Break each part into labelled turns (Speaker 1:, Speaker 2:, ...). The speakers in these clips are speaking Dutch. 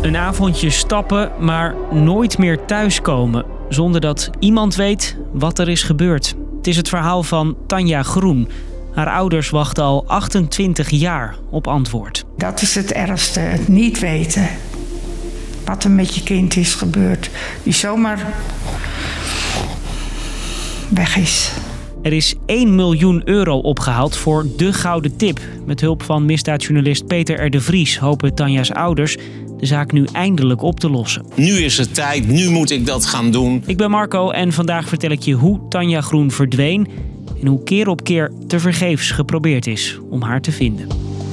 Speaker 1: Een avondje stappen, maar nooit meer thuiskomen. Zonder dat iemand weet wat er is gebeurd. Het is het verhaal van Tanja Groen. Haar ouders wachten al 28 jaar op antwoord.
Speaker 2: Dat is het ergste, het niet weten. Wat er met je kind is gebeurd. Die zomaar weg is.
Speaker 1: Er is 1 miljoen euro opgehaald voor de gouden tip. Met hulp van misdaadjournalist Peter R. de Vries hopen Tanja's ouders de zaak nu eindelijk op te lossen.
Speaker 3: Nu is het tijd, nu moet ik dat gaan doen.
Speaker 1: Ik ben Marco en vandaag vertel ik je hoe Tanja Groen verdween en hoe keer op keer tevergeefs geprobeerd is om haar te vinden.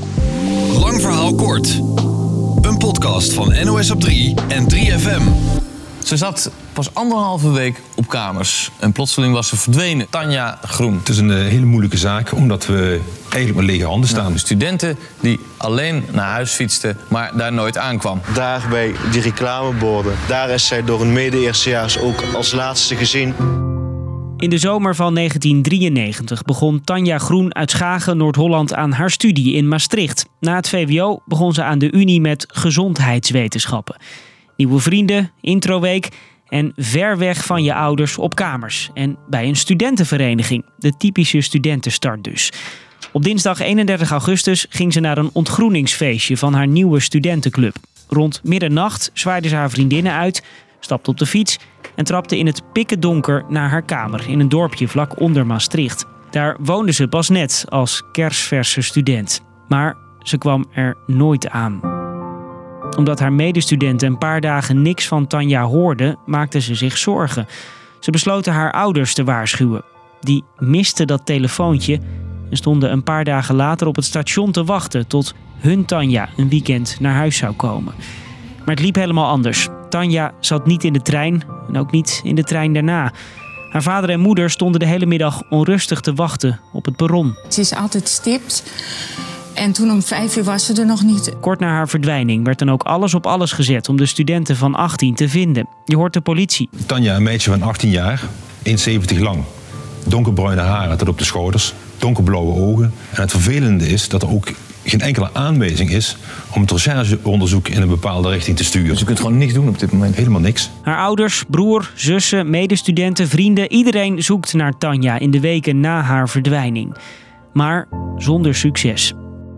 Speaker 4: Lang verhaal kort. Een podcast van NOS op 3 en 3FM.
Speaker 5: Ze zat pas 1,5 week op kamers en plotseling was ze verdwenen. Tanja Groen.
Speaker 6: Het is een hele moeilijke zaak, omdat we eigenlijk met lege handen staan.
Speaker 5: Studenten die alleen naar huis fietsten, maar daar nooit aankwam.
Speaker 7: Daar bij die reclameborden, daar is zij door een mede-eerstejaars ook als laatste gezien.
Speaker 1: In de zomer van 1993 begon Tanja Groen uit Schagen, Noord-Holland aan haar studie in Maastricht. Na het VWO begon ze aan de Unie met gezondheidswetenschappen. Nieuwe vrienden, introweek en ver weg van je ouders op kamers. En bij een studentenvereniging, de typische studentenstart dus. Op dinsdag 31 augustus ging ze naar een ontgroeningsfeestje van haar nieuwe studentenclub. Rond middernacht zwaaide ze haar vriendinnen uit, stapte op de fiets en trapte in het pikkendonker naar haar kamer in een dorpje vlak onder Maastricht. Daar woonde ze pas net als kersverse student. Maar ze kwam er nooit aan. Omdat haar medestudenten een paar dagen niks van Tanja hoorden, maakte ze zich zorgen. Ze besloten haar ouders te waarschuwen. Die misten dat telefoontje en stonden een paar dagen later op het station te wachten tot hun Tanja een weekend naar huis zou komen. Maar het liep helemaal anders. Tanja zat niet in de trein en ook niet in de trein daarna. Haar vader en moeder stonden de hele middag onrustig te wachten op het perron.
Speaker 2: Ze is altijd stipt. En toen om 5 uur was ze er nog niet.
Speaker 1: Kort na haar verdwijning werd dan ook alles op alles gezet om de studenten van 18 te vinden. Je hoort de politie.
Speaker 6: Tanja, een meisje van 18 jaar, 1,70 lang. Donkerbruine haren tot op de schouders, donkerblauwe ogen. En het vervelende is dat er ook geen enkele aanwijzing is om het rechercheonderzoek in een bepaalde richting te sturen.
Speaker 5: Dus je kunt gewoon niks doen op dit moment?
Speaker 6: Helemaal niks.
Speaker 1: Haar ouders, broer, zussen, medestudenten, vrienden, iedereen zoekt naar Tanja in de weken na haar verdwijning. Maar zonder succes.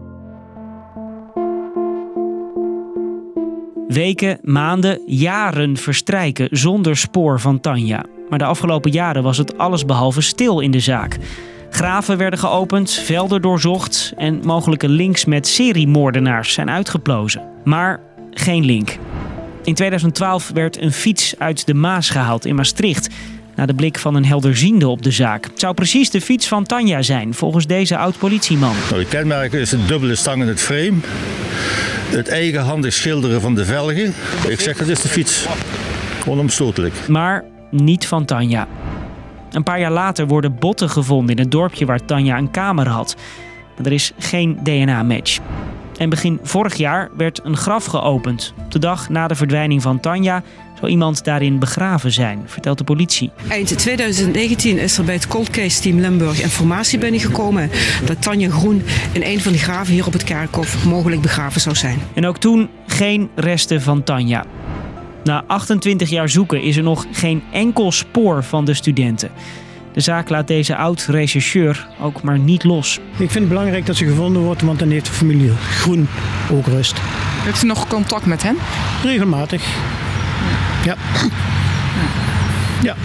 Speaker 1: Weken, maanden, jaren verstrijken zonder spoor van Tanja. Maar de afgelopen jaren was het allesbehalve stil in de zaak. Graven werden geopend, velden doorzocht en mogelijke links met seriemoordenaars zijn uitgeplozen. Maar geen link. In 2012 werd een fiets uit de Maas gehaald in Maastricht. Na de blik van een helderziende op de zaak. Het zou precies de fiets van Tanja zijn, volgens deze oud-politieman.
Speaker 8: Het kenmerk is een dubbele stang in het frame. Het eigenhandig schilderen van de velgen. Ik zeg, dat is de fiets. Onomstotelijk.
Speaker 1: Maar niet van Tanja. Een paar jaar later worden botten gevonden in het dorpje waar Tanja een kamer had. Maar er is geen DNA-match. En begin vorig jaar werd een graf geopend. Op de dag na de verdwijning van Tanja zou iemand daarin begraven zijn, vertelt de politie.
Speaker 9: Eind 2019 is er bij het Cold Case Team Limburg informatie binnengekomen dat Tanja Groen in een van de graven hier op het kerkhof mogelijk begraven zou zijn.
Speaker 1: En ook toen geen resten van Tanja. Na 28 jaar zoeken is er nog geen enkel spoor van de studenten. De zaak laat deze oud-rechercheur ook maar niet los.
Speaker 10: Ik vind het belangrijk dat ze gevonden wordt, want dan heeft de familie Groen ook rust.
Speaker 11: Heeft u nog contact met hen?
Speaker 10: Regelmatig. Ja. Ja.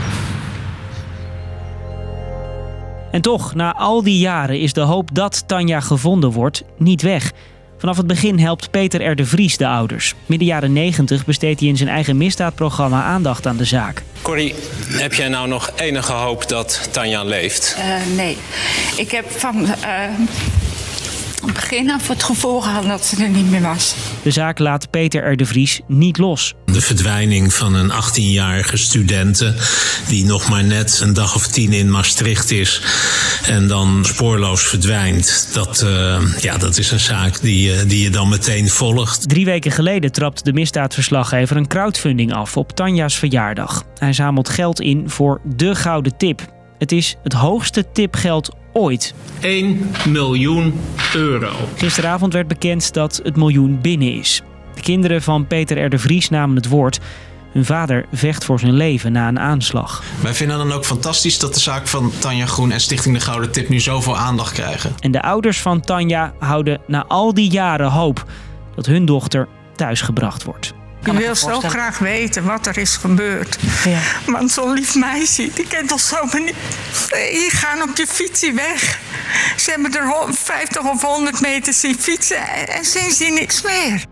Speaker 1: En toch, na al die jaren is de hoop dat Tanja gevonden wordt niet weg. Vanaf het begin helpt Peter R. de Vries de ouders. Midden jaren 90 besteedt hij in zijn eigen misdaadprogramma aandacht aan de zaak.
Speaker 3: Corrie, heb jij nou nog enige hoop dat Tanja leeft?
Speaker 2: Nee. Ik heb van het begin af het gevoel gehad dat ze er niet meer was.
Speaker 1: De zaak laat Peter R. de Vries niet los.
Speaker 3: De verdwijning van een 18-jarige studente die nog maar net een dag of 10 in Maastricht is en dan spoorloos verdwijnt. Dat is een zaak die je dan meteen volgt.
Speaker 1: 3 weken geleden trapte de misdaadverslaggever een crowdfunding af op Tanja's verjaardag. Hij zamelt geld in voor de gouden tip. Het is het hoogste tipgeld ooit.
Speaker 3: 1 miljoen euro.
Speaker 1: Gisteravond werd bekend dat het miljoen binnen is. De kinderen van Peter R. de Vries namen het woord. Hun vader vecht voor zijn leven na een aanslag.
Speaker 12: Wij vinden dan ook fantastisch dat de zaak van Tanja Groen en Stichting De Gouden Tip nu zoveel aandacht krijgen.
Speaker 1: En de ouders van Tanja houden na al die jaren hoop dat hun dochter thuisgebracht wordt.
Speaker 2: Ik wil zo graag weten wat er is gebeurd. Ja. Want zo'n lief meisje, die kent toch zomaar niet. Die gaan op de fietsie weg. Ze hebben er 50 of 100 meter zien fietsen en sindsdien niks meer.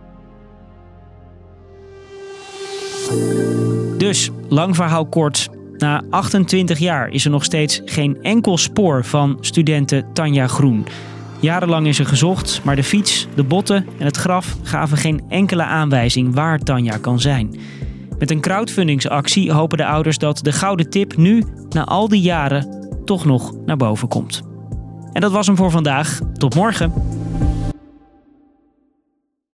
Speaker 1: Dus, lang verhaal kort. Na 28 jaar is er nog steeds geen enkel spoor van studente Tanja Groen. Jarenlang is er gezocht, maar de fiets, de botten en het graf gaven geen enkele aanwijzing waar Tanja kan zijn. Met een crowdfundingsactie hopen de ouders dat de gouden tip nu, na al die jaren, toch nog naar boven komt. En dat was hem voor vandaag. Tot morgen.